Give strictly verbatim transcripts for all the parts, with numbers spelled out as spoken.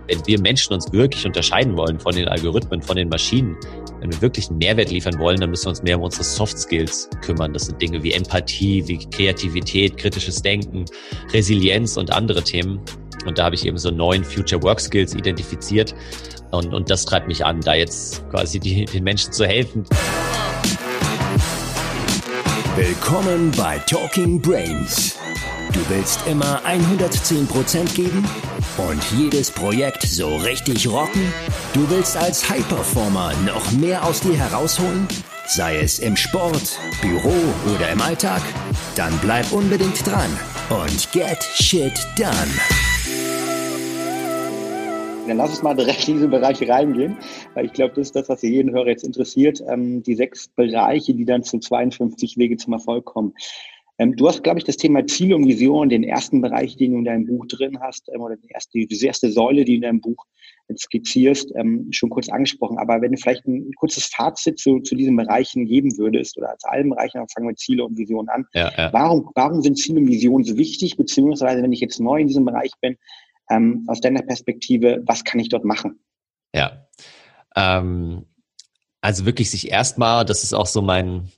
Wenn wir Menschen uns wirklich unterscheiden wollen von den Algorithmen, von den Maschinen, wenn wir wirklich einen Mehrwert liefern wollen, dann müssen wir uns mehr um unsere Soft Skills kümmern. Das sind Dinge wie Empathie, wie Kreativität, kritisches Denken, Resilienz und andere Themen. Und da habe ich eben so neun Future Work Skills identifiziert. Und, und das treibt mich an, da jetzt quasi die, den Menschen zu helfen. Willkommen bei Talking Brains. Du willst immer hundertzehn Prozent geben und jedes Projekt so richtig rocken? Du willst als High-Performer noch mehr aus dir herausholen? Sei es im Sport, Büro oder im Alltag? Dann bleib unbedingt dran und get shit done. Dann lass uns mal direkt in diesen Bereich reingehen, weil ich glaube, das ist das, was jeden Hörer jetzt interessiert. Ähm, die sechs Bereiche, die dann zu zweiundfünfzig Wege zum Erfolg kommen. Ähm, du hast, glaube ich, das Thema Ziele und Vision, den ersten Bereich, den du in deinem Buch drin hast, ähm, oder die erste, die erste Säule, die du in deinem Buch skizzierst, ähm, schon kurz angesprochen. Aber wenn du vielleicht ein kurzes Fazit zu, zu diesen Bereichen geben würdest, oder zu allen Bereichen, dann fangen wir mit Ziele und Vision an. Ja, ja. Warum, warum sind Ziele und Vision so wichtig? Beziehungsweise, wenn ich jetzt neu in diesem Bereich bin, Ähm, aus deiner Perspektive, was kann ich dort machen? Ja, ähm, also wirklich sich erstmal, das ist auch so mein,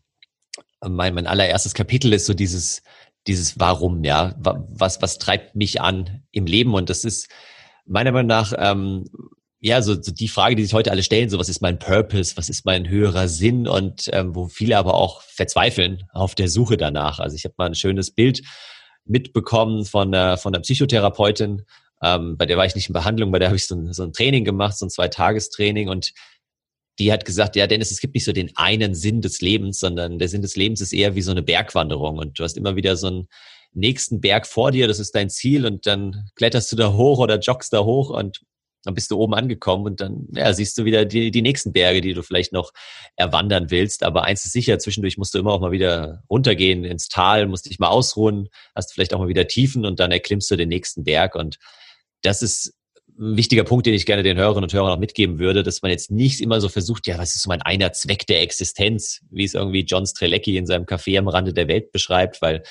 mein, mein allererstes Kapitel ist so dieses, dieses Warum, ja, was, was treibt mich an im Leben? Und das ist meiner Meinung nach, ähm, ja, so, so die Frage, die sich heute alle stellen, so was ist mein Purpose, was ist mein höherer Sinn und ähm, wo viele aber auch verzweifeln auf der Suche danach. Also ich habe mal ein schönes Bild mitbekommen von der, von der Psychotherapeutin, Ähm, bei der war ich nicht in Behandlung, bei der habe ich so ein, so ein Training gemacht, so ein Zwei-Tages-Training und die hat gesagt, ja Dennis, es gibt nicht so den einen Sinn des Lebens, sondern der Sinn des Lebens ist eher wie so eine Bergwanderung und du hast immer wieder so einen nächsten Berg vor dir, das ist dein Ziel und dann kletterst du da hoch oder joggst da hoch und dann bist du oben angekommen und dann ja, siehst du wieder die, die nächsten Berge, die du vielleicht noch erwandern willst. Aber eins ist sicher, zwischendurch musst du immer auch mal wieder runtergehen ins Tal, musst dich mal ausruhen, hast vielleicht auch mal wieder Tiefen und dann erklimmst du den nächsten Berg und das ist ein wichtiger Punkt, den ich gerne den Hörerinnen und Hörern auch mitgeben würde, dass man jetzt nicht immer so versucht, ja, was ist so mein einer Zweck der Existenz, wie es irgendwie John Strelecki in seinem Café am Rande der Welt beschreibt, weil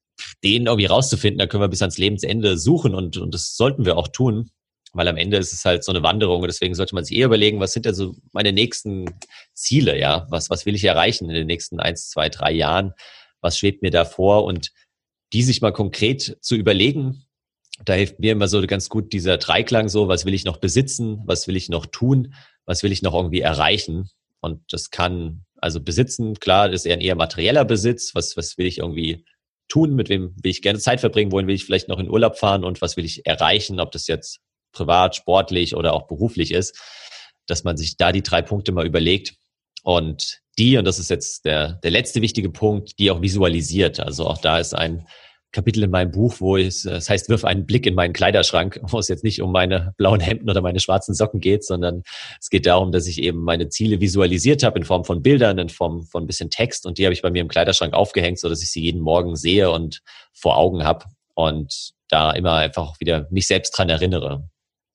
den irgendwie rauszufinden, da können wir bis ans Lebensende suchen und, und das sollten wir auch tun, weil am Ende ist es halt so eine Wanderung und deswegen sollte man sich eher überlegen, was sind denn so meine nächsten Ziele, ja, was, was will ich erreichen in den nächsten eins, zwei, drei Jahren, was schwebt mir da vor und die sich mal konkret zu überlegen. Da hilft mir immer so ganz gut dieser Dreiklang so, was will ich noch besitzen, was will ich noch tun, was will ich noch irgendwie erreichen und das kann, also besitzen, klar, das ist eher ein eher materieller Besitz, was, was will ich irgendwie tun, mit wem will ich gerne Zeit verbringen, wohin will ich vielleicht noch in Urlaub fahren und was will ich erreichen, ob das jetzt privat, sportlich oder auch beruflich ist, dass man sich da die drei Punkte mal überlegt und die, und das ist jetzt der, der letzte wichtige Punkt, die auch visualisiert, also auch da ist ein Kapitel in meinem Buch, wo es, das heißt, wirf einen Blick in meinen Kleiderschrank, wo es jetzt nicht um meine blauen Hemden oder meine schwarzen Socken geht, sondern es geht darum, dass ich eben meine Ziele visualisiert habe in Form von Bildern, in Form von ein bisschen Text und die habe ich bei mir im Kleiderschrank aufgehängt, so dass ich sie jeden Morgen sehe und vor Augen habe und da immer einfach auch wieder mich selbst dran erinnere.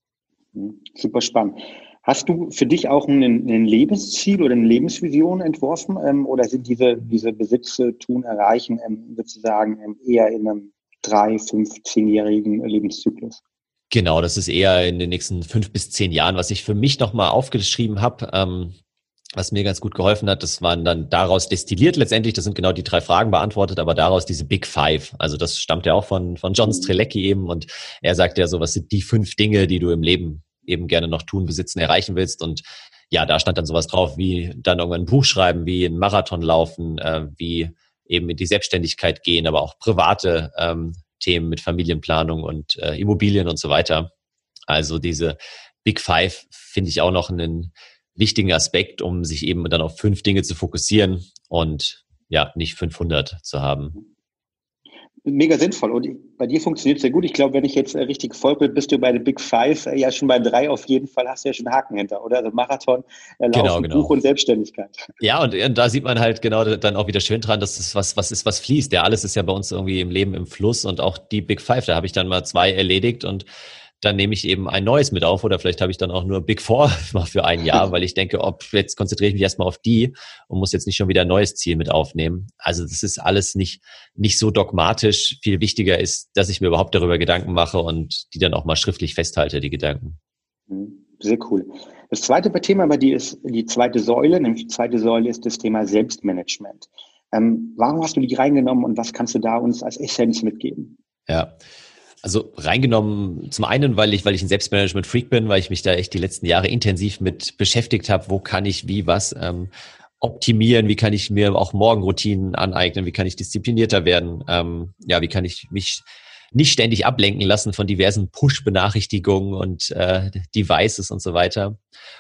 Super spannend. Hast du für dich auch ein, ein Lebensziel oder eine Lebensvision entworfen ähm, oder sind diese, diese Besitze, tun, erreichen ähm, sozusagen ähm, eher in einem drei-, fünf-, zehnjährigen Lebenszyklus? Genau, das ist eher in den nächsten fünf bis zehn Jahren, was ich für mich nochmal aufgeschrieben habe, ähm, was mir ganz gut geholfen hat. Das waren dann daraus destilliert letztendlich, das sind genau die drei Fragen beantwortet, aber daraus diese Big Five. Also das stammt ja auch von, von John Strelecki eben und er sagt ja so, was sind die fünf Dinge, die du im Leben eben gerne noch tun, besitzen, erreichen willst. Und ja, da stand dann sowas drauf, wie dann irgendwann ein Buch schreiben, wie ein Marathon laufen, äh, wie eben in die Selbstständigkeit gehen, aber auch private ähm, Themen mit Familienplanung und äh, Immobilien und so weiter. Also diese Big Five finde ich auch noch einen wichtigen Aspekt, um sich eben dann auf fünf Dinge zu fokussieren und ja, nicht fünfhundert zu haben. Mega sinnvoll und bei dir funktioniert es sehr gut. Ich glaube, wenn ich jetzt richtig gefolgt bin, bist du bei den Big Five ja schon bei drei auf jeden Fall, hast du ja schon Haken hinter, oder? Also Marathon, äh, Laufen, genau, genau. Buch und Selbstständigkeit. Ja, und, und da sieht man halt genau dann auch wieder schön dran, dass es was, was ist, was fließt. Ja, alles ist ja bei uns irgendwie im Leben im Fluss und auch die Big Five, da habe ich dann mal zwei erledigt und dann nehme ich eben ein neues mit auf oder vielleicht habe ich dann auch nur Big Four mal für ein Jahr, weil ich denke, ob jetzt konzentriere ich mich erstmal auf die und muss jetzt nicht schon wieder ein neues Ziel mit aufnehmen. Also das ist alles nicht nicht so dogmatisch. Viel wichtiger ist, dass ich mir überhaupt darüber Gedanken mache und die dann auch mal schriftlich festhalte, die Gedanken. Sehr cool. Das zweite Thema bei dir ist die zweite Säule, nämlich die zweite Säule ist das Thema Selbstmanagement. Ähm, warum hast du die reingenommen und was kannst du da uns als Essenz mitgeben? Ja, also reingenommen zum einen, weil ich, weil ich ein Selbstmanagement-Freak bin, weil ich mich da echt die letzten Jahre intensiv mit beschäftigt habe, wo kann ich wie was ähm, optimieren, wie kann ich mir auch Morgenroutinen aneignen, wie kann ich disziplinierter werden, ähm, ja, wie kann ich mich nicht ständig ablenken lassen von diversen Push-Benachrichtigungen und äh, Devices und so weiter.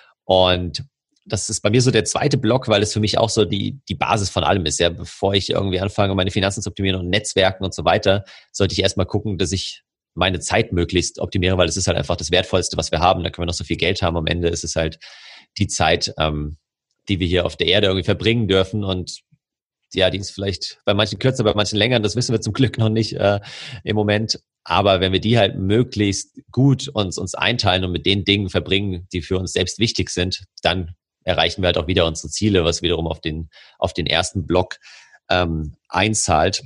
Und das ist bei mir so der zweite Block, weil es für mich auch so die die Basis von allem ist. Ja, bevor ich irgendwie anfange, meine Finanzen zu optimieren und Netzwerken und so weiter, sollte ich erstmal gucken, dass ich meine Zeit möglichst optimiere, weil es ist halt einfach das Wertvollste, was wir haben. Da können wir noch so viel Geld haben. Am Ende ist es halt die Zeit, ähm, die wir hier auf der Erde irgendwie verbringen dürfen. Und ja, die ist vielleicht bei manchen kürzer, bei manchen länger. Das wissen wir zum Glück noch nicht äh, im Moment. Aber wenn wir die halt möglichst gut uns uns einteilen und mit den Dingen verbringen, die für uns selbst wichtig sind, dann erreichen wir halt auch wieder unsere Ziele, was wiederum auf den auf den ersten Block ähm, einzahlt.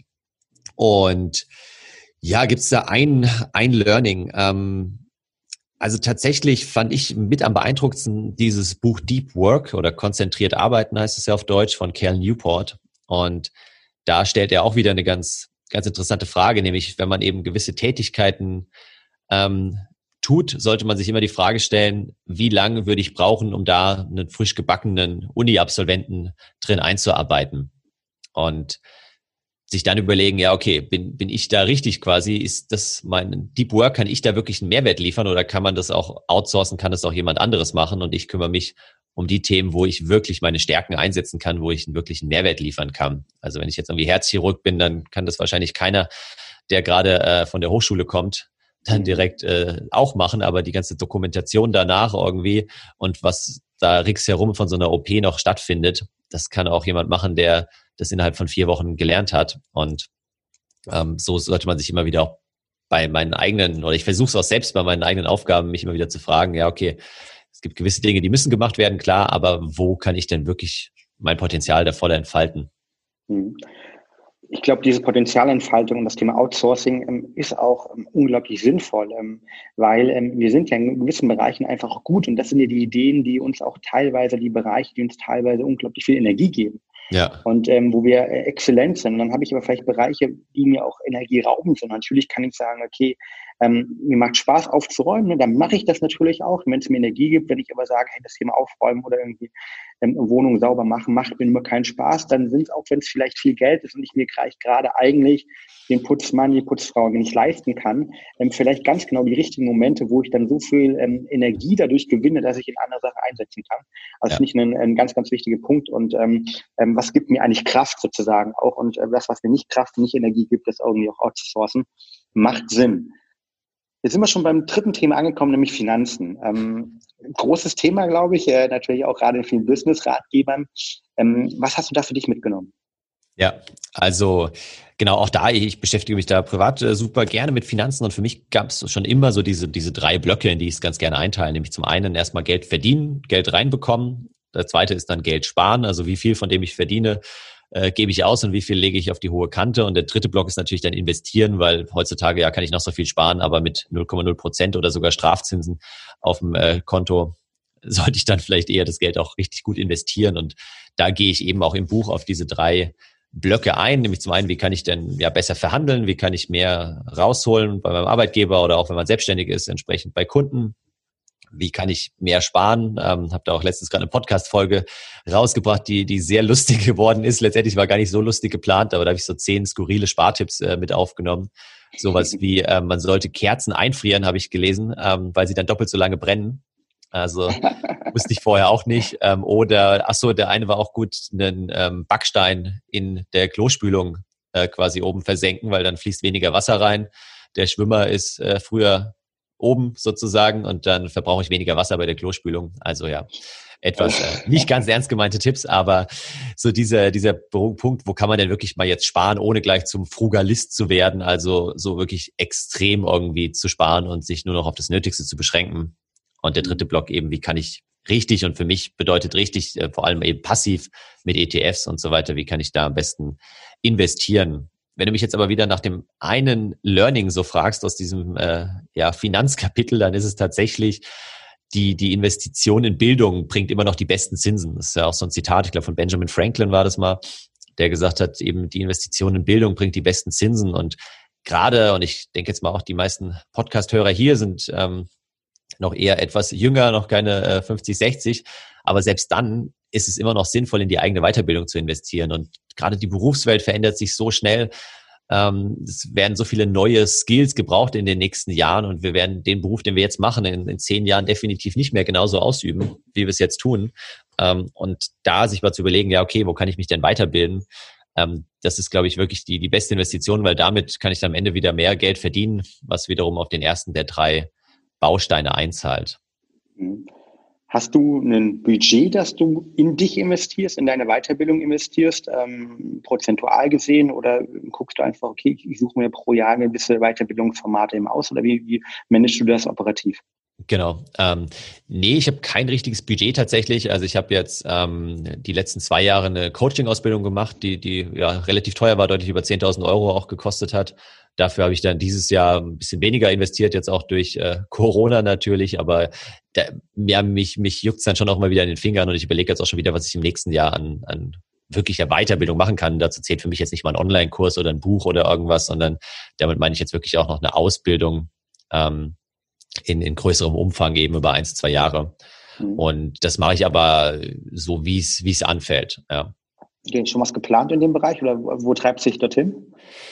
Und ja, gibt's da ein ein Learning? Ähm, also tatsächlich fand ich mit am beeindruckendsten dieses Buch Deep Work oder Konzentriert Arbeiten heißt es ja auf Deutsch von Cal Newport. Und da stellt er auch wieder eine ganz ganz interessante Frage, nämlich wenn man eben gewisse Tätigkeiten ähm, tut, sollte man sich immer die Frage stellen, wie lange würde ich brauchen, um da einen frisch gebackenen Uni-Absolventen drin einzuarbeiten? Und sich dann überlegen, ja, okay, bin bin ich da richtig quasi? Ist das mein Deep Work? Kann ich da wirklich einen Mehrwert liefern oder kann man das auch outsourcen? Kann das auch jemand anderes machen? Und ich kümmere mich um die Themen, wo ich wirklich meine Stärken einsetzen kann, wo ich einen wirklichen Mehrwert liefern kann. Also wenn ich jetzt irgendwie Herzchirurg bin, dann kann das wahrscheinlich keiner, der gerade äh, von der Hochschule kommt, dann direkt äh, auch machen, aber die ganze Dokumentation danach irgendwie und was da ringsherum von so einer O P noch stattfindet, das kann auch jemand machen, der das innerhalb von vier Wochen gelernt hat. Und ähm, so sollte man sich immer wieder auch bei meinen eigenen, oder ich versuche es auch selbst bei meinen eigenen Aufgaben, mich immer wieder zu fragen, ja, okay, es gibt gewisse Dinge, die müssen gemacht werden, klar, aber wo kann ich denn wirklich mein Potenzial da voll entfalten? Ich glaube, diese Potenzialentfaltung und das Thema Outsourcing ähm, ist auch ähm, unglaublich sinnvoll, ähm, weil ähm, wir sind ja in gewissen Bereichen einfach gut und das sind ja die Ideen, die uns auch teilweise, die Bereiche, die uns teilweise unglaublich viel Energie geben. Ja. Und ähm, wo wir äh, exzellent sind. Und dann habe ich aber vielleicht Bereiche, die mir auch Energie rauben. Und natürlich kann ich sagen, okay, ähm, mir macht Spaß aufzuräumen, ne? Dann mache ich das natürlich auch, wenn es mir Energie gibt. Wenn ich aber sage, hey, das Thema Aufräumen oder irgendwie ähm, Wohnung sauber machen, macht mir nur keinen Spaß, dann sind es auch, wenn es vielleicht viel Geld ist und ich mir gleich gerade eigentlich den Putzmann, die Putzfrau nicht leisten kann, ähm, vielleicht ganz genau die richtigen Momente, wo ich dann so viel ähm, Energie dadurch gewinne, dass ich in andere Sachen einsetzen kann. Also ja. Das ist nicht ein, ein ganz, ganz wichtiger Punkt. Und ähm, ähm, was gibt mir eigentlich Kraft sozusagen auch? Und äh, das, was mir nicht Kraft, nicht Energie gibt, das irgendwie auch outzusourcen, macht Sinn. Jetzt sind wir schon beim dritten Thema angekommen, nämlich Finanzen. Ähm, großes Thema, glaube ich, äh, natürlich auch gerade in vielen Business-Ratgebern. Ähm, was hast du da für dich mitgenommen? Ja, also genau, auch da, ich beschäftige mich da privat äh, super gerne mit Finanzen und für mich gab es schon immer so diese diese drei Blöcke, in die ich es ganz gerne einteile, nämlich zum einen erstmal Geld verdienen, Geld reinbekommen, der zweite ist dann Geld sparen, also wie viel von dem ich verdiene, äh, gebe ich aus und wie viel lege ich auf die hohe Kante und der dritte Block ist natürlich dann investieren, weil heutzutage ja kann ich noch so viel sparen, aber mit null Komma null Prozent oder sogar Strafzinsen auf dem äh, Konto sollte ich dann vielleicht eher das Geld auch richtig gut investieren und da gehe ich eben auch im Buch auf diese drei Blöcke ein, nämlich zum einen, wie kann ich denn ja besser verhandeln, wie kann ich mehr rausholen bei meinem Arbeitgeber oder auch wenn man selbstständig ist, entsprechend bei Kunden, wie kann ich mehr sparen, ähm, habe da auch letztens gerade eine Podcast-Folge rausgebracht, die die sehr lustig geworden ist, letztendlich war gar nicht so lustig geplant, aber da habe ich so zehn skurrile Spartipps äh, mit aufgenommen, sowas wie, äh, man sollte Kerzen einfrieren, habe ich gelesen, ähm, weil sie dann doppelt so lange brennen. Also wusste ich vorher auch nicht. Ähm, oder, ach so, der eine war auch gut, einen ähm, Backstein in der Klospülung äh, quasi oben versenken, weil dann fließt weniger Wasser rein. Der Schwimmer ist äh, früher oben sozusagen und dann verbrauche ich weniger Wasser bei der Klospülung. Also ja, etwas äh, nicht ganz ernst gemeinte Tipps, aber so dieser dieser Punkt, wo kann man denn wirklich mal jetzt sparen, ohne gleich zum Frugalist zu werden, also so wirklich extrem irgendwie zu sparen und sich nur noch auf das Nötigste zu beschränken. Und der dritte Block eben, wie kann ich richtig, und für mich bedeutet richtig äh, vor allem eben passiv mit E T Fs und so weiter, wie kann ich da am besten investieren? Wenn du mich jetzt aber wieder nach dem einen Learning so fragst aus diesem äh, ja, Finanzkapitel, dann ist es tatsächlich die, die Investition in Bildung bringt immer noch die besten Zinsen. Das ist ja auch so ein Zitat, ich glaube von Benjamin Franklin war das mal, der gesagt hat, eben die Investition in Bildung bringt die besten Zinsen. Und gerade, und ich denke jetzt mal auch die meisten Podcast-Hörer hier sind ähm, noch eher etwas jünger, noch keine äh, fünfzig, sechzig, aber selbst dann ist es immer noch sinnvoll, in die eigene Weiterbildung zu investieren. Und gerade die Berufswelt verändert sich so schnell. Ähm, es werden so viele neue Skills gebraucht in den nächsten Jahren und wir werden den Beruf, den wir jetzt machen, in, in zehn Jahren definitiv nicht mehr genauso ausüben, wie wir es jetzt tun. Ähm, und da sich mal zu überlegen, ja, okay, wo kann ich mich denn weiterbilden? Ähm, das ist, glaube ich, wirklich die, die beste Investition, weil damit kann ich dann am Ende wieder mehr Geld verdienen, was wiederum auf den ersten der drei Bausteine einzahlt. Hast du ein Budget, das du in dich investierst, in deine Weiterbildung investierst, ähm, prozentual gesehen, oder guckst du einfach, okay, ich suche mir pro Jahr gewisse Weiterbildungsformate im aus, oder wie, wie managst du das operativ? Genau. Ähm, nee, ich habe kein richtiges Budget tatsächlich. Also ich habe jetzt ähm, die letzten zwei Jahre eine Coaching-Ausbildung gemacht, die die ja relativ teuer war, deutlich über zehntausend Euro auch gekostet hat. Dafür habe ich dann dieses Jahr ein bisschen weniger investiert, jetzt auch durch äh, Corona natürlich. Aber da, ja, mich, mich juckt's dann schon auch mal wieder in den Fingern und ich überlege jetzt auch schon wieder, was ich im nächsten Jahr an, an wirklicher Weiterbildung machen kann. Dazu zählt für mich jetzt nicht mal ein Online-Kurs oder ein Buch oder irgendwas, sondern damit meine ich jetzt wirklich auch noch eine Ausbildung, ähm, in, in größerem Umfang eben über eins, zwei Jahre. Mhm. Und das mache ich aber so, wie es wie es anfällt. Ja. Okay, schon was geplant in dem Bereich oder wo treibt sich dorthin?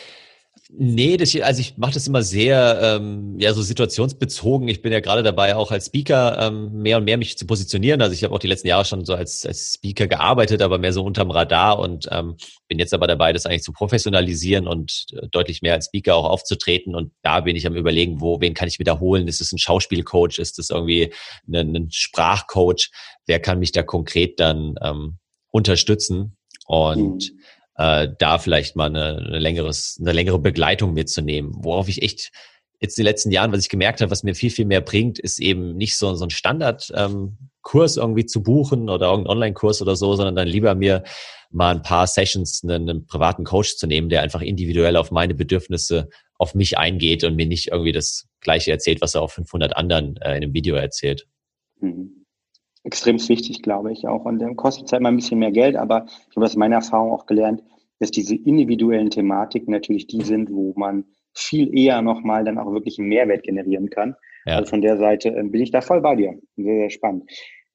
Nee, das, also ich mache das immer sehr ähm, ja so situationsbezogen. Ich bin ja gerade dabei, auch als Speaker ähm, mehr und mehr mich zu positionieren. Also ich habe auch die letzten Jahre schon so als, als Speaker gearbeitet, aber mehr so unterm Radar und ähm, bin jetzt aber dabei, das eigentlich zu professionalisieren und äh, deutlich mehr als Speaker auch aufzutreten. Und da bin ich am Überlegen, wo, wen kann ich wiederholen? Ist es ein Schauspielcoach? Ist es irgendwie ein, ein Sprachcoach? Wer kann mich da konkret dann ähm, unterstützen? Und mhm. Äh, da vielleicht mal eine, eine, längeres, eine längere Begleitung mitzunehmen. Worauf ich echt jetzt in den letzten Jahren, was ich gemerkt habe, was mir viel, viel mehr bringt, ist eben nicht so, so ein Standardkurs ähm, irgendwie zu buchen oder irgendeinen Online-Kurs oder so, sondern dann lieber mir mal ein paar Sessions einen, einen privaten Coach zu nehmen, der einfach individuell auf meine Bedürfnisse, auf mich eingeht und mir nicht irgendwie das Gleiche erzählt, was er auf fünfhundert anderen äh, in einem Video erzählt. Mhm. Extrem wichtig, glaube ich auch. Und dann kostet es halt mal ein bisschen mehr Geld, aber ich habe aus meiner Erfahrung auch gelernt, dass diese individuellen Thematiken natürlich die sind, wo man viel eher nochmal dann auch wirklich einen Mehrwert generieren kann. Ja. Also von der Seite äh, bin ich da voll bei dir. Sehr, sehr spannend.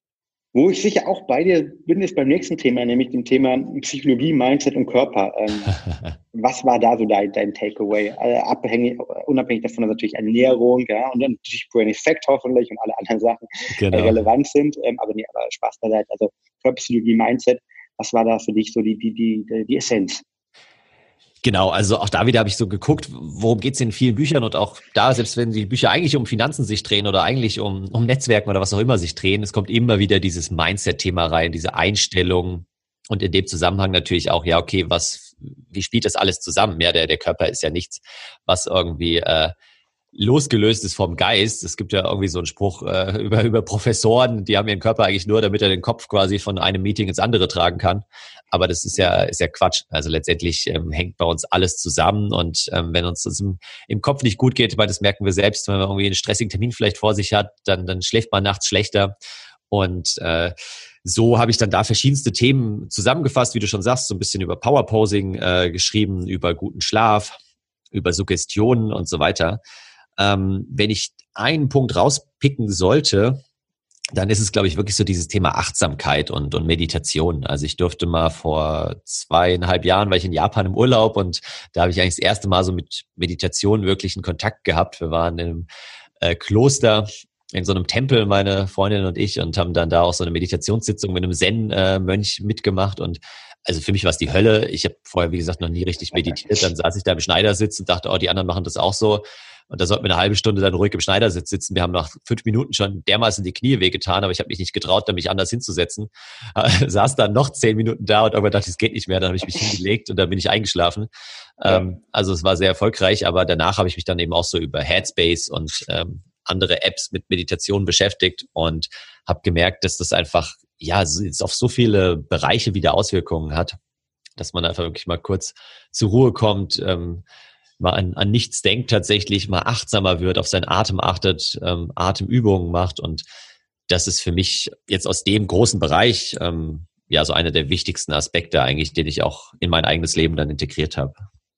Wo ich sicher auch bei dir bin, ist beim nächsten Thema, nämlich dem Thema Psychologie, Mindset und Körper. Ähm, was war da so dein, dein Takeaway? Also abhängig, unabhängig davon, dass natürlich Ernährung, ja, und dann natürlich Brain Effect hoffentlich und alle anderen Sachen genau. äh, relevant sind. Ähm, aber nee, aber Spaß beiseite. Also Körperpsychologie, Mindset, was war da für dich so die, die, die, die Essenz? Genau, also auch da wieder habe ich so geguckt, worum geht's in vielen Büchern und auch da, selbst wenn die Bücher eigentlich um Finanzen sich drehen oder eigentlich um, um Netzwerken oder was auch immer sich drehen, es kommt immer wieder dieses Mindset-Thema rein, diese Einstellung und in dem Zusammenhang natürlich auch, ja, okay, was, wie spielt das alles zusammen? Ja, der, der Körper ist ja nichts, was irgendwie äh, losgelöst ist vom Geist. Es gibt ja irgendwie so einen Spruch äh, über, über Professoren, die haben ihren Körper eigentlich nur, damit er den Kopf quasi von einem Meeting ins andere tragen kann. Aber das ist ja ist ja Quatsch. Also letztendlich ähm, hängt bei uns alles zusammen und ähm, wenn uns das im, im Kopf nicht gut geht, weil das merken wir selbst, wenn man irgendwie einen stressigen Termin vielleicht vor sich hat, dann dann schläft man nachts schlechter. Und äh, so habe ich dann da verschiedenste Themen zusammengefasst, wie du schon sagst, so ein bisschen über Powerposing äh, geschrieben, über guten Schlaf, über Suggestionen und so weiter. Ähm, wenn ich einen Punkt rauspicken sollte, dann ist es, glaube ich, wirklich so dieses Thema Achtsamkeit und, und Meditation. Also ich durfte mal vor zweieinhalb Jahren, war ich in Japan im Urlaub und da habe ich eigentlich das erste Mal so mit Meditation wirklich einen Kontakt gehabt. Wir waren in einem äh, Kloster, in so einem Tempel, meine Freundin und ich, und haben dann da auch so eine Meditationssitzung mit einem Zen-Mönch mitgemacht. Und also für mich war es die Hölle. Ich habe vorher, wie gesagt, noch nie richtig meditiert. Dann saß ich da im Schneidersitz und dachte, oh, die anderen machen das auch so. Und da sollten wir eine halbe Stunde dann ruhig im Schneidersitz sitzen. Wir haben nach fünf Minuten schon dermaßen die Knie wehgetan, aber ich habe mich nicht getraut, da mich anders hinzusetzen. Äh, saß dann noch zehn Minuten da und irgendwann dachte ich, es geht nicht mehr. Dann habe ich mich hingelegt und dann bin ich eingeschlafen. Ja. Ähm, also es war sehr erfolgreich, aber danach habe ich mich dann eben auch so über Headspace und ähm, andere Apps mit Meditation beschäftigt und habe gemerkt, dass das einfach ja jetzt auf so viele Bereiche wieder Auswirkungen hat, dass man einfach wirklich mal kurz zur Ruhe kommt, ähm, mal an, an nichts denkt tatsächlich, mal achtsamer wird, auf seinen Atem achtet, ähm, Atemübungen macht und das ist für mich jetzt aus dem großen Bereich ähm, ja so einer der wichtigsten Aspekte eigentlich, den ich auch in mein eigenes Leben dann integriert habe.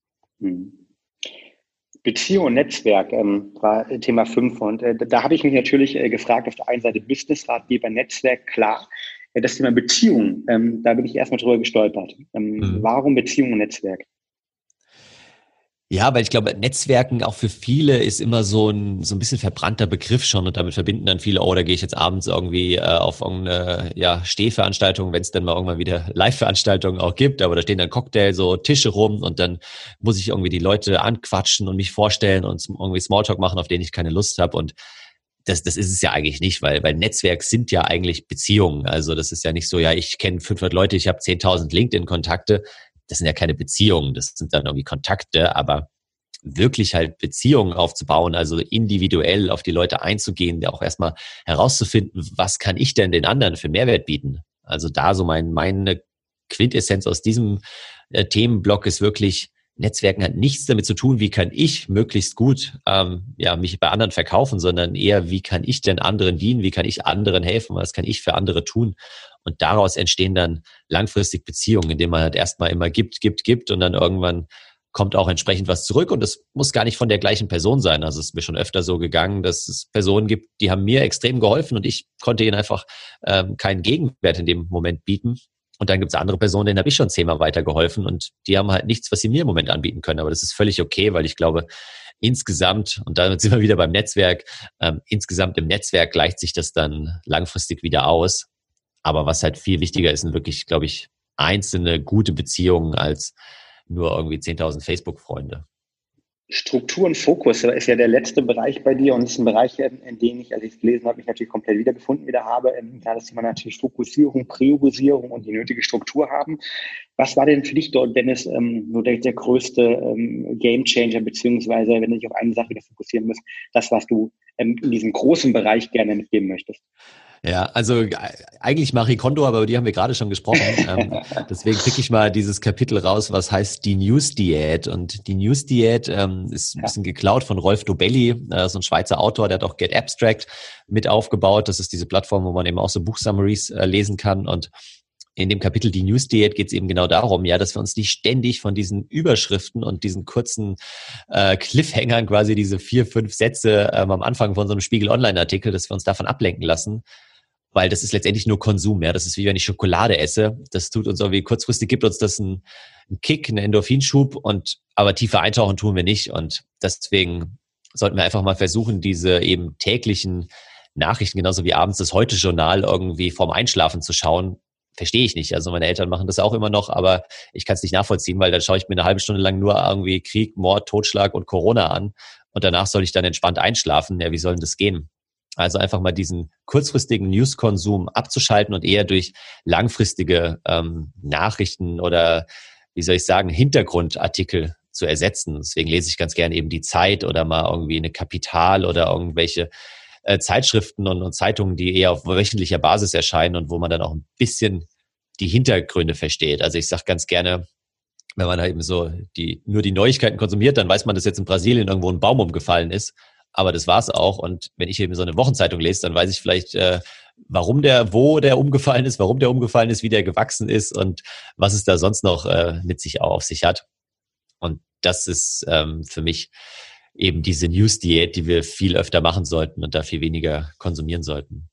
Beziehung und Netzwerk ähm, war Thema fünf und äh, da habe ich mich natürlich äh, gefragt, auf der einen Seite Business-Ratgeber, Netzwerk, klar. Äh, das Thema Beziehung, ähm, da bin ich erstmal drüber gestolpert. Ähm, mhm. Warum Beziehung und Netzwerk? Ja, weil ich glaube, Netzwerken auch für viele ist immer so ein so ein bisschen verbrannter Begriff schon und damit verbinden dann viele, oh, da gehe ich jetzt abends irgendwie äh, auf irgendeine ja, Stehveranstaltung, wenn es dann mal irgendwann wieder Live-Veranstaltungen auch gibt, aber da stehen dann Cocktail, so Tische rum und dann muss ich irgendwie die Leute anquatschen und mich vorstellen und irgendwie Smalltalk machen, auf den ich keine Lust habe und das, das ist es ja eigentlich nicht, weil, weil Netzwerk sind ja eigentlich Beziehungen. Also das ist ja nicht so, ja, ich kenne fünfhundert Leute, ich habe zehntausend LinkedIn-Kontakte. Das sind ja keine Beziehungen, das sind dann irgendwie Kontakte, aber wirklich halt Beziehungen aufzubauen, also individuell auf die Leute einzugehen, auch erstmal herauszufinden, was kann ich denn den anderen für Mehrwert bieten? Also da so mein, meine Quintessenz aus diesem äh, Themenblock ist wirklich, Netzwerken hat nichts damit zu tun, wie kann ich möglichst gut ähm, ja mich bei anderen verkaufen, sondern eher, wie kann ich denn anderen dienen, wie kann ich anderen helfen, was kann ich für andere tun? Und daraus entstehen dann langfristig Beziehungen, indem man halt erstmal immer gibt, gibt, gibt und dann irgendwann kommt auch entsprechend was zurück. Und das muss gar nicht von der gleichen Person sein. Also es ist mir schon öfter so gegangen, dass es Personen gibt, die haben mir extrem geholfen und ich konnte ihnen einfach ähm, keinen Gegenwert in dem Moment bieten. Und dann gibt es andere Personen, denen habe ich schon zehnmal weitergeholfen und die haben halt nichts, was sie mir im Moment anbieten können. Aber das ist völlig okay, weil ich glaube, insgesamt, und damit sind wir wieder beim Netzwerk, ähm, insgesamt im Netzwerk gleicht sich das dann langfristig wieder aus. Aber was halt viel wichtiger ist, sind wirklich, glaube ich, einzelne gute Beziehungen als nur irgendwie zehntausend Facebook-Freunde. Struktur und Fokus ist ja der letzte Bereich bei dir und ist ein Bereich, in dem ich, als ich es gelesen habe, mich natürlich komplett wiedergefunden wieder habe. Da dass man natürlich Fokussierung, Priorisierung und die nötige Struktur haben. Was war denn für dich dort, Dennis, ähm, nur der, der größte ähm, Gamechanger, beziehungsweise, wenn du dich auf eine Sache wieder fokussieren musst, das, was du ähm, in diesem großen Bereich gerne mitgeben möchtest? Ja, also eigentlich Marie Kondo, aber über die haben wir gerade schon gesprochen. ähm, deswegen pick ich mal dieses Kapitel raus, was heißt die News-Diät. Und die News-Diät ähm, ist ein bisschen geklaut von Rolf Dobelli, äh, so ein Schweizer Autor, der hat auch Get Abstract mit aufgebaut. Das ist diese Plattform, wo man eben auch so Buchsummaries äh, lesen kann. Und in dem Kapitel die News-Diät geht es eben genau darum, ja, dass wir uns nicht ständig von diesen Überschriften und diesen kurzen äh, Cliffhangern, quasi diese vier, fünf Sätze ähm, am Anfang von so einem Spiegel-Online-Artikel, dass wir uns davon ablenken lassen. Weil das ist letztendlich nur Konsum, ja. Das ist wie wenn ich Schokolade esse. Das tut uns irgendwie kurzfristig, gibt uns das einen, einen Kick, einen Endorphinschub und aber tiefer eintauchen tun wir nicht. Und deswegen sollten wir einfach mal versuchen, diese eben täglichen Nachrichten, genauso wie abends das Heute-Journal irgendwie vorm Einschlafen zu schauen. Verstehe ich nicht. Also meine Eltern machen das auch immer noch, aber ich kann es nicht nachvollziehen, weil dann schaue ich mir eine halbe Stunde lang nur irgendwie Krieg, Mord, Totschlag und Corona an und danach soll ich dann entspannt einschlafen. Ja, wie soll denn das gehen? Also einfach mal diesen kurzfristigen News-Konsum abzuschalten und eher durch langfristige ähm, Nachrichten oder, wie soll ich sagen, Hintergrundartikel zu ersetzen. Deswegen lese ich ganz gerne eben die Zeit oder mal irgendwie eine Kapital oder irgendwelche äh, Zeitschriften und, und Zeitungen, die eher auf wöchentlicher Basis erscheinen und wo man dann auch ein bisschen die Hintergründe versteht. Also ich sage ganz gerne, wenn man halt eben so die nur die Neuigkeiten konsumiert, dann weiß man, dass jetzt in Brasilien irgendwo ein Baum umgefallen ist. Aber das war's auch. Und wenn ich eben so eine Wochenzeitung lese, dann weiß ich vielleicht, äh, warum der, wo der umgefallen ist, warum der umgefallen ist, wie der gewachsen ist und was es da sonst noch äh, mit sich auch auf sich hat. Und das ist ähm, für mich eben diese News-Diät, die wir viel öfter machen sollten und da viel weniger konsumieren sollten.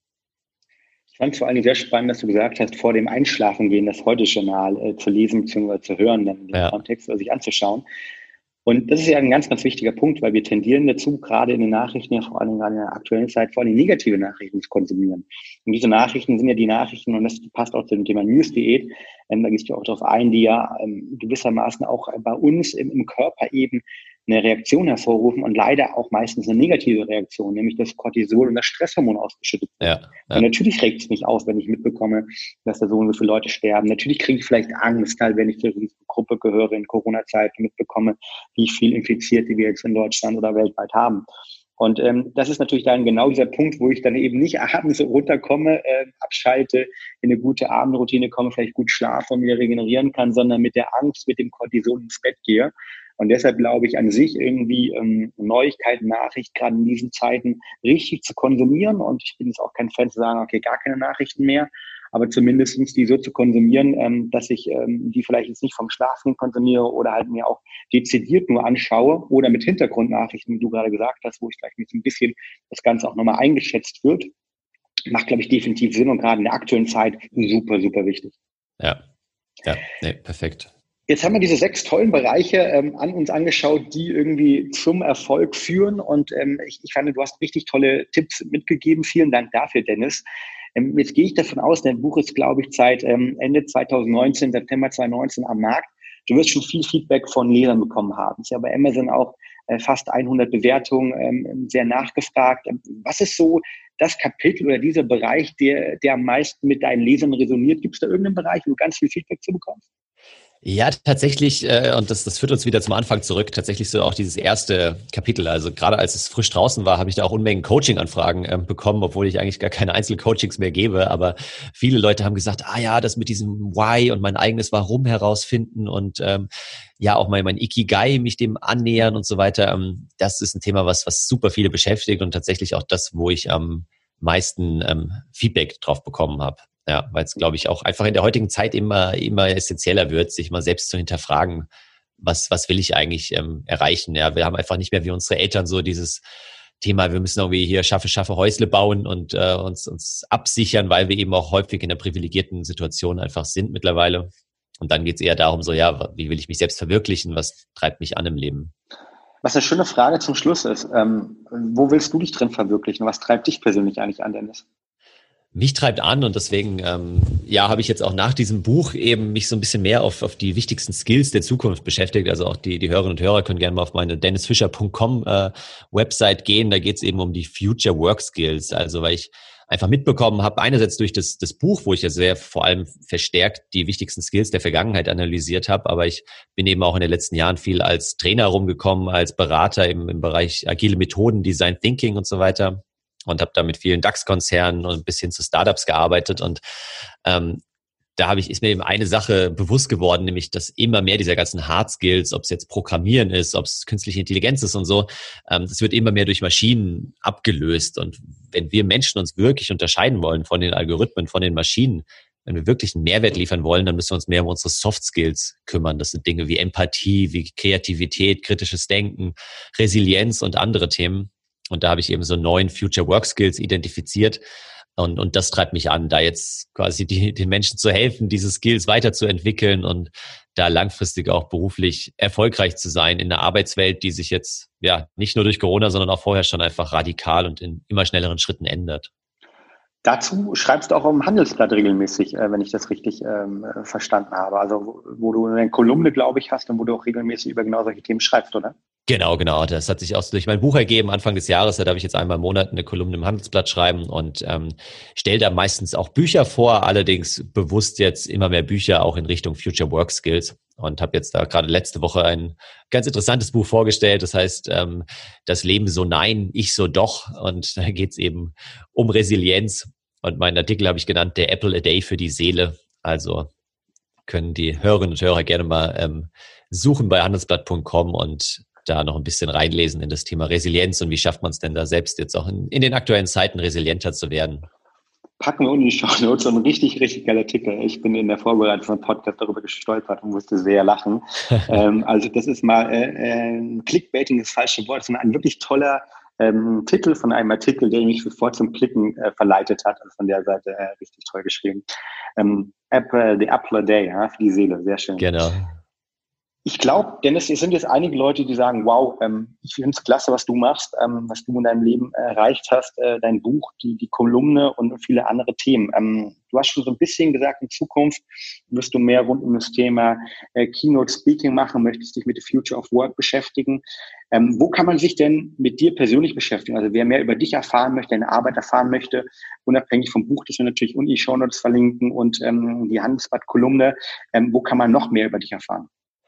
Ich fand es vor allen Dingen sehr spannend, dass du gesagt hast, vor dem Einschlafengehen das Heute-Journal äh, zu lesen bzw. zu hören, dann den ja. Kontext oder sich anzuschauen. Und das ist ja ein ganz, ganz wichtiger Punkt, weil wir tendieren dazu, gerade in den Nachrichten, ja vor allem gerade in der aktuellen Zeit, vor allem negative Nachrichten zu konsumieren. Und diese Nachrichten sind ja die Nachrichten, und das passt auch zu dem Thema News-Diät, ähm, da gehst du auch darauf ein, die ja ähm, gewissermaßen auch bei uns im, im Körper eben eine Reaktion hervorrufen und leider auch meistens eine negative Reaktion, nämlich das Cortisol und das Stresshormon ausgeschüttet wird. Ja, ja. Und natürlich regt es mich auf, wenn ich mitbekomme, dass da so und so viele Leute sterben. Natürlich kriege ich vielleicht Angst, halt, wenn ich zur Risikogruppe gehöre in Corona-Zeit und mitbekomme, wie viel Infizierte wir jetzt in Deutschland oder weltweit haben. Und ähm, das ist natürlich dann genau dieser Punkt, wo ich dann eben nicht abends runterkomme, äh, abschalte, in eine gute Abendroutine komme, vielleicht gut schlafe und wieder regenerieren kann, sondern mit der Angst, mit dem Cortisol ins Bett gehe. Und deshalb glaube ich an sich irgendwie ähm, Neuigkeiten, Nachrichten, gerade in diesen Zeiten richtig zu konsumieren. Und ich bin jetzt auch kein Fan zu sagen, okay, gar keine Nachrichten mehr, aber zumindestens die so zu konsumieren, ähm, dass ich ähm, die vielleicht jetzt nicht vom Schlafen konsumiere oder halt mir auch dezidiert nur anschaue oder mit Hintergrundnachrichten, wie du gerade gesagt hast, wo ich vielleicht mit so ein bisschen das Ganze auch nochmal eingeschätzt wird, macht, glaube ich, definitiv Sinn und gerade in der aktuellen Zeit super, super wichtig. Ja, ja, nee, perfekt. Jetzt haben wir diese sechs tollen Bereiche ähm, an uns angeschaut, die irgendwie zum Erfolg führen. Und ähm, ich, ich fand, du hast richtig tolle Tipps mitgegeben. Vielen Dank dafür, Dennis. Ähm, jetzt gehe ich davon aus, dein Buch ist, glaube ich, seit ähm, Ende zwanzig neunzehn, September zwanzig neunzehn am Markt. Du wirst schon viel Feedback von Lesern bekommen haben. Ist ja bei Amazon auch äh, fast hundert Bewertungen, ähm, sehr nachgefragt. Was ist so das Kapitel oder dieser Bereich, der, der am meisten mit deinen Lesern resoniert? Gibt es da irgendeinen Bereich, wo du ganz viel Feedback zu bekommst? Ja, tatsächlich, äh, und das, das führt uns wieder zum Anfang zurück, tatsächlich so auch dieses erste Kapitel. Also gerade als es frisch draußen war, habe ich da auch Unmengen Coaching-Anfragen äh, bekommen, obwohl ich eigentlich gar keine Einzelcoachings mehr gebe. Aber viele Leute haben gesagt, ah ja, das mit diesem Why und mein eigenes Warum herausfinden und ähm, ja auch mein, mein Ikigai, mich dem annähern und so weiter. Ähm, das ist ein Thema, was, was super viele beschäftigt und tatsächlich auch das, wo ich am meisten ähm, Feedback drauf bekommen habe. Ja, weil es, glaube ich, auch einfach in der heutigen Zeit immer immer essentieller wird, sich mal selbst zu hinterfragen, was was will ich eigentlich ähm, erreichen. Ja, wir haben einfach nicht mehr wie unsere Eltern so dieses Thema, wir müssen irgendwie hier schaffe, schaffe Häusle bauen und äh, uns uns absichern, weil wir eben auch häufig in einer privilegierten Situation einfach sind mittlerweile. Und dann geht es eher darum, so ja, wie will ich mich selbst verwirklichen, was treibt mich an im Leben? Was eine schöne Frage zum Schluss ist, ähm, wo willst du dich drin verwirklichen? Was treibt dich persönlich eigentlich an, Dennis? Mich treibt an und deswegen ähm, ja habe ich jetzt auch nach diesem Buch eben mich so ein bisschen mehr auf auf die wichtigsten Skills der Zukunft beschäftigt. Also auch die die Hörerinnen und Hörer können gerne mal auf meine dennis fischer punkt com äh, Website gehen. Da geht es eben um die Future Work Skills. Also weil ich einfach mitbekommen habe, einerseits durch das das Buch, wo ich ja sehr vor allem verstärkt die wichtigsten Skills der Vergangenheit analysiert habe, aber ich bin eben auch in den letzten Jahren viel als Trainer rumgekommen, als Berater im im Bereich agile Methoden, Design Thinking und so weiter. Und habe da mit vielen DAX-Konzernen und bis hin zu Startups gearbeitet. Und ähm, da habe ich ist mir eben eine Sache bewusst geworden, nämlich dass immer mehr dieser ganzen Hard Skills, ob es jetzt Programmieren ist, ob es künstliche Intelligenz ist und so, ähm, das wird immer mehr durch Maschinen abgelöst. Und wenn wir Menschen uns wirklich unterscheiden wollen von den Algorithmen, von den Maschinen, wenn wir wirklich einen Mehrwert liefern wollen, dann müssen wir uns mehr um unsere Soft Skills kümmern. Das sind Dinge wie Empathie, wie Kreativität, kritisches Denken, Resilienz und andere Themen. Und da habe ich eben so neun Future Work Skills identifiziert. Und, und das treibt mich an, da jetzt quasi die, den Menschen zu helfen, diese Skills weiterzuentwickeln und da langfristig auch beruflich erfolgreich zu sein in einer Arbeitswelt, die sich jetzt ja nicht nur durch Corona, sondern auch vorher schon einfach radikal und in immer schnelleren Schritten ändert. Dazu schreibst du auch im Handelsblatt regelmäßig, äh, wenn ich das richtig ähm, verstanden habe. Also wo, wo du eine Kolumne, glaube ich, hast und wo du auch regelmäßig über genau solche Themen schreibst, oder? Genau, genau. Das hat sich auch durch mein Buch ergeben, Anfang des Jahres. Da darf ich jetzt einmal im Monat eine Kolumne im Handelsblatt schreiben und ähm, stelle da meistens auch Bücher vor, allerdings bewusst jetzt immer mehr Bücher auch in Richtung Future Work Skills. Und habe jetzt da gerade letzte Woche ein ganz interessantes Buch vorgestellt. Das heißt, ähm, das Leben so nein, ich so doch. Und da geht es eben um Resilienz. Und meinen Artikel habe ich genannt, der Apple a Day für die Seele. Also können die Hörerinnen und Hörer gerne mal ähm, suchen bei handelsblatt punkt com und da noch ein bisschen reinlesen in das Thema Resilienz und wie schafft man es denn da selbst jetzt auch in, in den aktuellen Zeiten resilienter zu werden. Packen wir in die Shownotes so ein richtig, richtig geiler Artikel. Ich bin in der Vorbereitung von Podcast darüber gestolpert und musste sehr lachen. ähm, also das ist mal, äh, äh, Clickbaiting ist das falsche Wort, sondern ein wirklich toller ähm, Titel von einem Artikel, der mich sofort zum Klicken äh, verleitet hat. Also von der Seite äh, richtig toll geschrieben. Ähm, Apple, the Apple a Day, ja, für die Seele, sehr schön. Genau. Ich glaube, Dennis, es sind jetzt einige Leute, die sagen, wow, ähm, ich finde es klasse, was du machst, ähm, was du in deinem Leben erreicht hast, äh, dein Buch, die, die Kolumne und viele andere Themen. Ähm, du hast schon so ein bisschen gesagt, in Zukunft wirst du mehr rund um das Thema äh, Keynote Speaking machen, möchtest dich mit der Future of Work beschäftigen. Ähm, wo kann man sich denn mit dir persönlich beschäftigen? Also wer mehr über dich erfahren möchte, deine Arbeit erfahren möchte, unabhängig vom Buch, das wir natürlich unten die Shownotes verlinken und ähm, die Handelsblatt-Kolumne, ähm, wo kann man noch mehr über dich erfahren?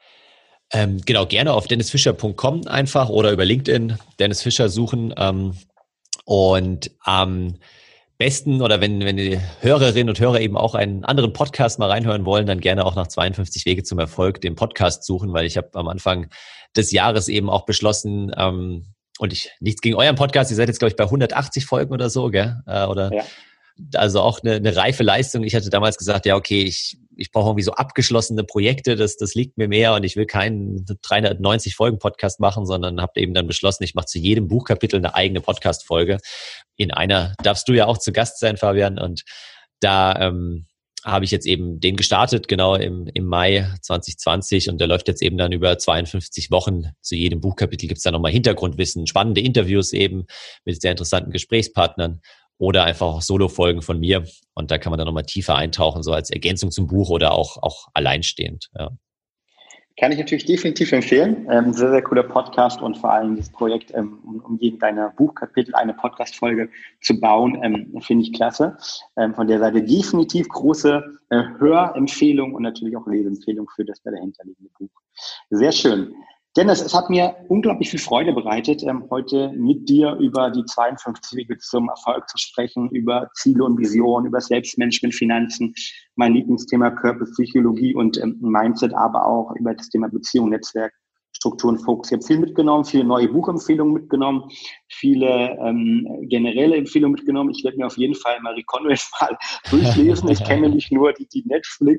Ähm, genau, gerne auf dennis fischer punkt com einfach oder über LinkedIn Dennis Fischer suchen. Ähm, und am besten oder wenn, wenn die Hörerinnen und Hörer eben auch einen anderen Podcast mal reinhören wollen, dann gerne auch nach zweiundfünfzig Wege zum Erfolg den Podcast suchen, weil ich habe am Anfang des Jahres eben auch beschlossen, ähm, und ich nichts gegen euren Podcast, ihr seid jetzt, glaube ich, bei hundertachtzig Folgen oder so, gell? Äh, oder ja. Also auch eine, eine reife Leistung. Ich hatte damals gesagt, ja, okay, ich, ich brauche irgendwie so abgeschlossene Projekte, das, das liegt mir mehr und ich will keinen dreihundertneunzig Folgen Podcast machen, sondern habe eben dann beschlossen, ich mache zu jedem Buchkapitel eine eigene Podcast-Folge. In einer darfst du ja auch zu Gast sein, Fabian, und da ähm, habe ich jetzt eben den gestartet, genau im, im Mai zwanzig zwanzig, und der läuft jetzt eben dann über zweiundfünfzig Wochen. Zu jedem Buchkapitel gibt es dann nochmal Hintergrundwissen, spannende Interviews eben mit sehr interessanten Gesprächspartnern oder einfach auch Solo-Folgen von mir, und da kann man dann nochmal tiefer eintauchen, so als Ergänzung zum Buch oder auch, auch alleinstehend. Ja. Kann ich natürlich definitiv empfehlen. Ähm, sehr, sehr cooler Podcast und vor allem das Projekt, ähm, um, um jedem deiner Buchkapitel eine Podcast-Folge zu bauen, ähm, finde ich klasse. Ähm, von der Seite definitiv große äh, Hörempfehlung und natürlich auch Leseempfehlung für das dahinterliegende Buch. Sehr schön. Dennis, es hat mir unglaublich viel Freude bereitet, ähm, heute mit dir über die zweiundfünfzig Wege zum Erfolg zu sprechen, über Ziele und Visionen, über Selbstmanagement, Finanzen, mein Lieblingsthema Körper, Psychologie und ähm, Mindset, aber auch über das Thema Beziehung, Netzwerk, Strukturen, Fokus. Ich habe viel mitgenommen, viele neue Buchempfehlungen mitgenommen, viele ähm, generelle Empfehlungen mitgenommen. Ich werde mir auf jeden Fall Marie Kondo jetzt mal durchlesen. Ich kenne nämlich nur die, die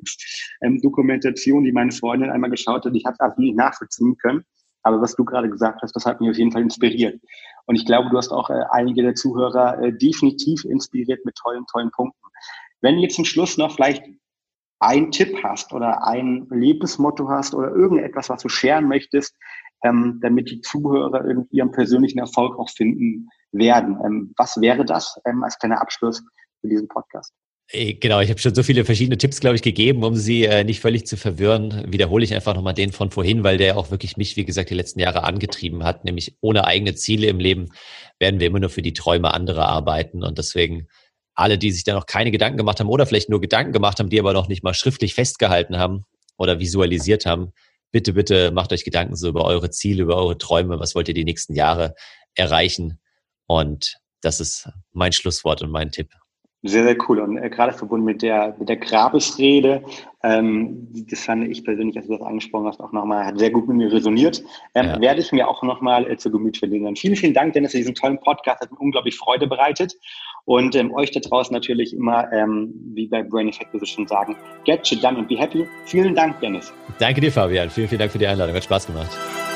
Netflix-Dokumentation, ähm, die meine Freundin einmal geschaut hat. Ich habe es absolut nicht nachvollziehen können. Aber was du gerade gesagt hast, das hat mich auf jeden Fall inspiriert. Und ich glaube, du hast auch äh, einige der Zuhörer äh, definitiv inspiriert mit tollen, tollen Punkten. Wenn du jetzt zum Schluss noch vielleicht ein Tipp hast oder ein Lebensmotto hast oder irgendetwas, was du sharen möchtest, ähm, damit die Zuhörer irgendwie ihren persönlichen Erfolg auch finden werden. Ähm, was wäre das ähm, als kleiner Abschluss für diesen Podcast? Genau, ich habe schon so viele verschiedene Tipps, glaube ich, gegeben, um Sie äh, nicht völlig zu verwirren. Wiederhole ich einfach nochmal den von vorhin, weil der auch wirklich mich, wie gesagt, die letzten Jahre angetrieben hat. Nämlich ohne eigene Ziele im Leben werden wir immer nur für die Träume anderer arbeiten. Und deswegen alle, die sich da noch keine Gedanken gemacht haben oder vielleicht nur Gedanken gemacht haben, die aber noch nicht mal schriftlich festgehalten haben oder visualisiert haben, bitte, bitte macht euch Gedanken so über eure Ziele, über eure Träume. Was wollt ihr die nächsten Jahre erreichen? Und das ist mein Schlusswort und mein Tipp. Sehr, sehr cool. Und äh, gerade verbunden mit der mit der Grabesrede, ähm, das fand ich persönlich, als du das angesprochen hast, auch nochmal, hat sehr gut mit mir resoniert. Ähm, ja. Werde ich mir auch nochmal äh, zu Gemüt verlegen. Vielen, vielen Dank, Dennis, für diesen tollen Podcast. Hat mir unglaublich Freude bereitet. Und ähm, euch da draußen natürlich immer, ähm, wie bei Brain Effect, wie wir schon sagen, get shit done and be happy. Vielen Dank, Dennis. Danke dir, Fabian. Vielen, vielen Dank für die Einladung. Hat Spaß gemacht.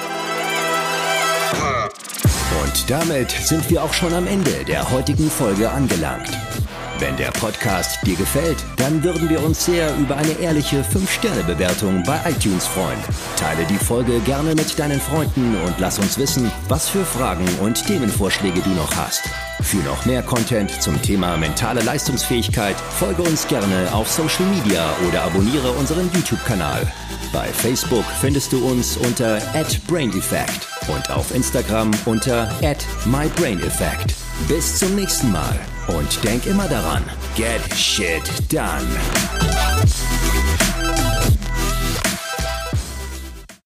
Und damit sind wir auch schon am Ende der heutigen Folge angelangt. Wenn der Podcast dir gefällt, dann würden wir uns sehr über eine ehrliche fünf Sterne Bewertung bei iTunes freuen. Teile die Folge gerne mit deinen Freunden und lass uns wissen, was für Fragen und Themenvorschläge du noch hast. Für noch mehr Content zum Thema mentale Leistungsfähigkeit folge uns gerne auf Social Media oder abonniere unseren YouTube-Kanal. Bei Facebook findest du uns unter at braineffect und auf Instagram unter at mybraineffect. Bis zum nächsten Mal und denk immer daran, get shit done.